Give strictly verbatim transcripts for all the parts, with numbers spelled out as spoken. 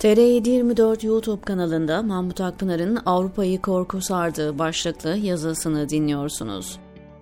T R yedi yirmi dört YouTube kanalında Mahmut Akpınar'ın Avrupa'yı korku sardığı başlıklı yazısını dinliyorsunuz.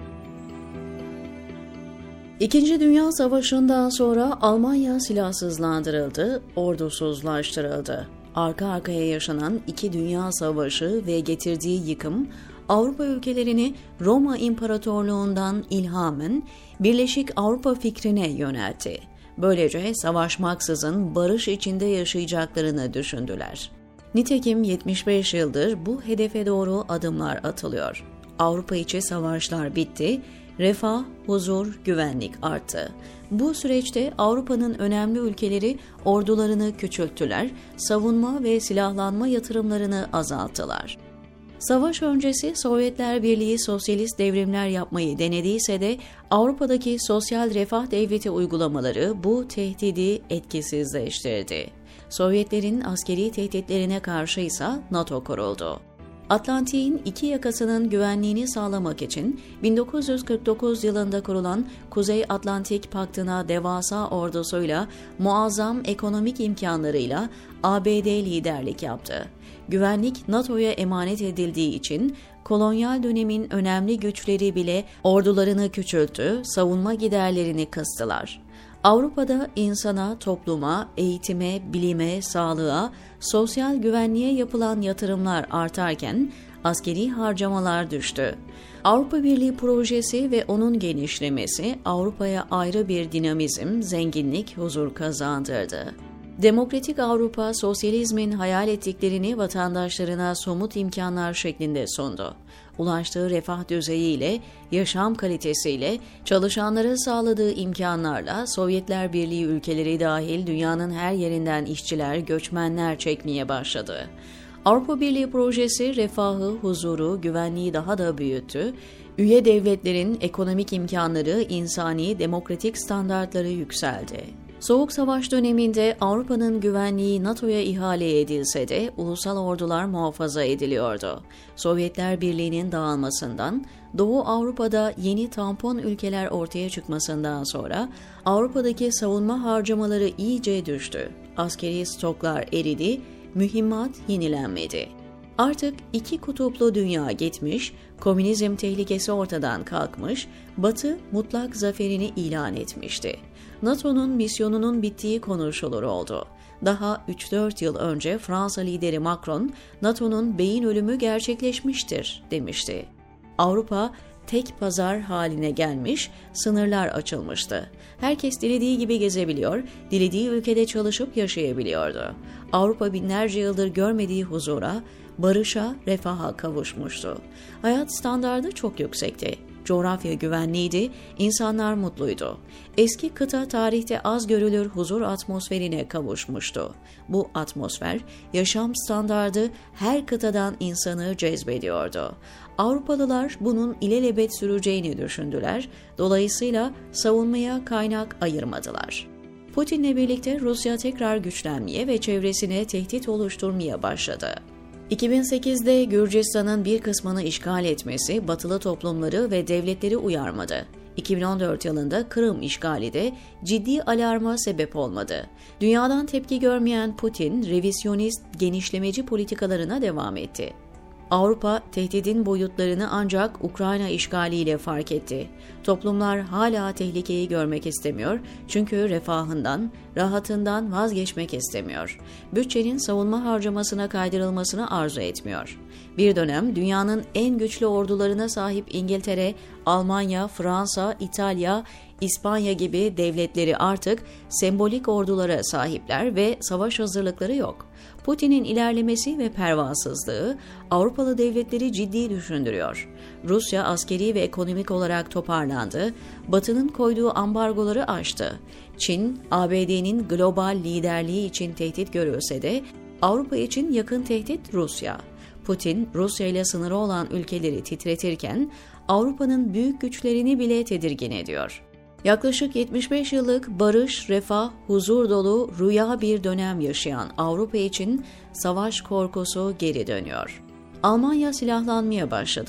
İkinci Dünya Savaşı'ndan sonra Almanya silahsızlandırıldı, ordusuzlaştırıldı. Arka arkaya yaşanan iki Dünya Savaşı ve getirdiği yıkım, Avrupa ülkelerini Roma İmparatorluğundan ilhamen Birleşik Avrupa fikrine yöneltti. Böylece savaşmaksızın barış içinde yaşayacaklarını düşündüler. Nitekim yetmiş beş yıldır bu hedefe doğru adımlar atılıyor. Avrupa içi savaşlar bitti, refah, huzur, güvenlik arttı. Bu süreçte Avrupa'nın önemli ülkeleri ordularını küçülttüler, savunma ve silahlanma yatırımlarını azalttılar. Savaş öncesi Sovyetler Birliği sosyalist devrimler yapmayı denediyse de Avrupa'daki sosyal refah devleti uygulamaları bu tehdidi etkisizleştirdi. Sovyetlerin askeri tehditlerine karşı ise NATO kuruldu. Atlantik'in iki yakasının güvenliğini sağlamak için bin dokuz yüz kırk dokuz yılında kurulan Kuzey Atlantik Paktı'na devasa ordusuyla, muazzam ekonomik imkanlarıyla A B D liderlik yaptı. Güvenlik NATO'ya emanet edildiği için kolonyal dönemin önemli güçleri bile ordularını küçülttü, savunma giderlerini kıstılar. Avrupa'da insana, topluma, eğitime, bilime, sağlığa, sosyal güvenliğe yapılan yatırımlar artarken askeri harcamalar düştü. Avrupa Birliği projesi ve onun genişlemesi Avrupa'ya ayrı bir dinamizm, zenginlik, huzur kazandırdı. Demokratik Avrupa, sosyalizmin hayal ettiklerini vatandaşlarına somut imkanlar şeklinde sundu. Ulaştığı refah düzeyiyle, yaşam kalitesiyle, çalışanlara sağladığı imkanlarla Sovyetler Birliği ülkeleri dahil dünyanın her yerinden işçiler, göçmenler çekmeye başladı. Avrupa Birliği projesi refahı, huzuru, güvenliği daha da büyüttü. Üye devletlerin ekonomik imkanları, insani, demokratik standartları yükseldi. Soğuk Savaş döneminde Avrupa'nın güvenliği NATO'ya ihale edilse de ulusal ordular muhafaza ediliyordu. Sovyetler Birliği'nin dağılmasından, Doğu Avrupa'da yeni tampon ülkeler ortaya çıkmasından sonra Avrupa'daki savunma harcamaları iyice düştü. Askeri stoklar eridi, mühimmat yenilenmedi. Artık iki kutuplu dünya gitmiş, komünizm tehlikesi ortadan kalkmış, Batı mutlak zaferini ilan etmişti. NATO'nun misyonunun bittiği konuşulur oldu. Daha üç dört yıl önce Fransa lideri Macron, NATO'nun beyin ölümü gerçekleşmiştir demişti. Avrupa tek pazar haline gelmiş, sınırlar açılmıştı. Herkes dilediği gibi gezebiliyor, dilediği ülkede çalışıp yaşayabiliyordu. Avrupa binlerce yıldır görmediği huzura, barışa, refaha kavuşmuştu. Hayat standardı çok yüksekti. Coğrafya güvenliydi, insanlar mutluydu. Eski kıta tarihte az görülür huzur atmosferine kavuşmuştu. Bu atmosfer, yaşam standardı her kıtadan insanı cezbediyordu. Avrupalılar bunun ilelebet süreceğini düşündüler, dolayısıyla savunmaya kaynak ayırmadılar. Putin'le birlikte Rusya tekrar güçlenmeye ve çevresine tehdit oluşturmaya başladı. iki bin sekizde Gürcistan'ın bir kısmını işgal etmesi batılı toplumları ve devletleri uyarmadı. iki bin on dört yılında Kırım işgali de ciddi alarma sebep olmadı. Dünyadan tepki görmeyen Putin, revizyonist, genişlemeci politikalarına devam etti. Avrupa, tehdidin boyutlarını ancak Ukrayna işgaliyle fark etti. Toplumlar hala tehlikeyi görmek istemiyor çünkü refahından, rahatından vazgeçmek istemiyor. Bütçenin savunma harcamasına kaydırılmasını arzu etmiyor. Bir dönem dünyanın en güçlü ordularına sahip İngiltere, Almanya, Fransa, İtalya, İspanya gibi devletleri artık sembolik ordulara sahipler ve savaş hazırlıkları yok. Putin'in ilerlemesi ve pervasızlığı Avrupalı devletleri ciddi düşündürüyor. Rusya askeri ve ekonomik olarak toparlandı, Batı'nın koyduğu ambargoları aştı. Çin, A B D'nin global liderliği için tehdit görülse de Avrupa için yakın tehdit Rusya. Putin, Rusya ile sınırı olan ülkeleri titretirken Avrupa'nın büyük güçlerini bile tedirgin ediyor. Yaklaşık yetmiş beş yıllık barış, refah, huzur dolu rüya bir dönem yaşayan Avrupa için savaş korkusu geri dönüyor. Almanya silahlanmaya başladı.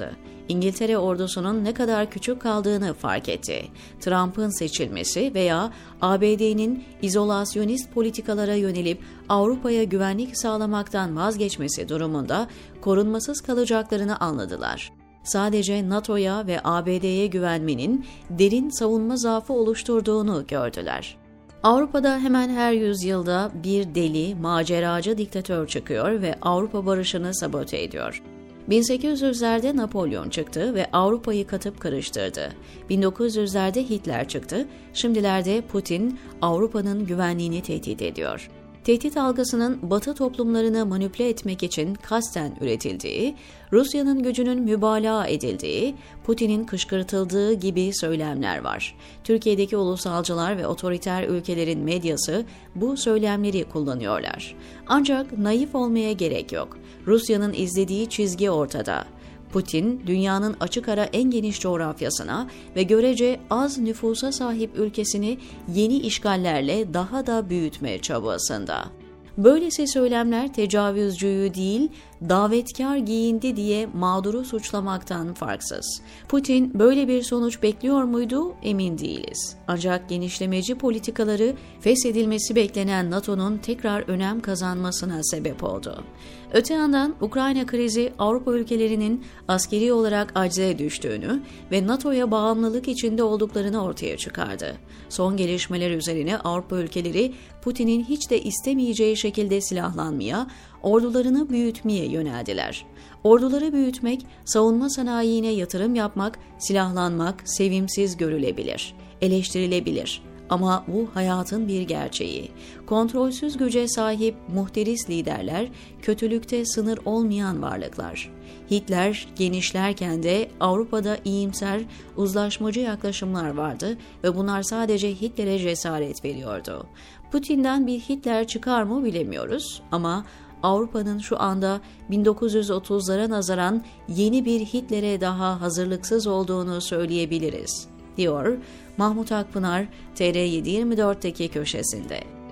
İngiltere ordusunun ne kadar küçük kaldığını fark etti. Trump'ın seçilmesi veya A B D'nin izolasyonist politikalara yönelip Avrupa'ya güvenlik sağlamaktan vazgeçmesi durumunda korunmasız kalacaklarını anladılar. Sadece NATO'ya ve A B D'ye güvenmenin derin savunma zaafı oluşturduğunu gördüler. Avrupa'da hemen her yüzyılda bir deli, maceracı diktatör çıkıyor ve Avrupa barışını sabote ediyor. bin sekiz yüzlerde Napolyon çıktı ve Avrupa'yı katıp karıştırdı. bin dokuz yüzlerde Hitler çıktı, şimdilerde Putin Avrupa'nın güvenliğini tehdit ediyor. Tehdit algısının Batı toplumlarını manipüle etmek için kasten üretildiği, Rusya'nın gücünün mübalağa edildiği, Putin'in kışkırtıldığı gibi söylemler var. Türkiye'deki ulusalcılar ve otoriter ülkelerin medyası bu söylemleri kullanıyorlar. Ancak naif olmaya gerek yok. Rusya'nın izlediği çizgi ortada. Putin, dünyanın açık ara en geniş coğrafyasına ve görece az nüfusa sahip ülkesini yeni işgallerle daha da büyütme çabasında. Böylesi söylemler tecavüzcüyü değil, davetkar giyindi diye mağduru suçlamaktan farksız. Putin böyle bir sonuç bekliyor muydu? Emin değiliz. Ancak genişlemeci politikaları feshedilmesi beklenen NATO'nun tekrar önem kazanmasına sebep oldu. Öte yandan Ukrayna krizi Avrupa ülkelerinin askeri olarak acize düştüğünü ve NATO'ya bağımlılık içinde olduklarını ortaya çıkardı. Son gelişmeler üzerine Avrupa ülkeleri Putin'in hiç de istemeyeceği şekilde silahlanmaya, ordularını büyütmeye yöneldiler. Orduları büyütmek, savunma sanayine yatırım yapmak, silahlanmak sevimsiz görülebilir, eleştirilebilir. Ama bu hayatın bir gerçeği. Kontrolsüz güce sahip muhteris liderler, kötülükte sınır olmayan varlıklar. Hitler genişlerken de Avrupa'da iyimser, uzlaşmacı yaklaşımlar vardı ve bunlar sadece Hitler'e cesaret veriyordu. Putin'den bir Hitler çıkar mı bilemiyoruz ama Avrupa'nın şu anda bin dokuz yüz otuzlara nazaran yeni bir Hitler'e daha hazırlıksız olduğunu söyleyebiliriz, diyor Mahmut Akpınar T R yedi yirmi dört'teki köşesinde.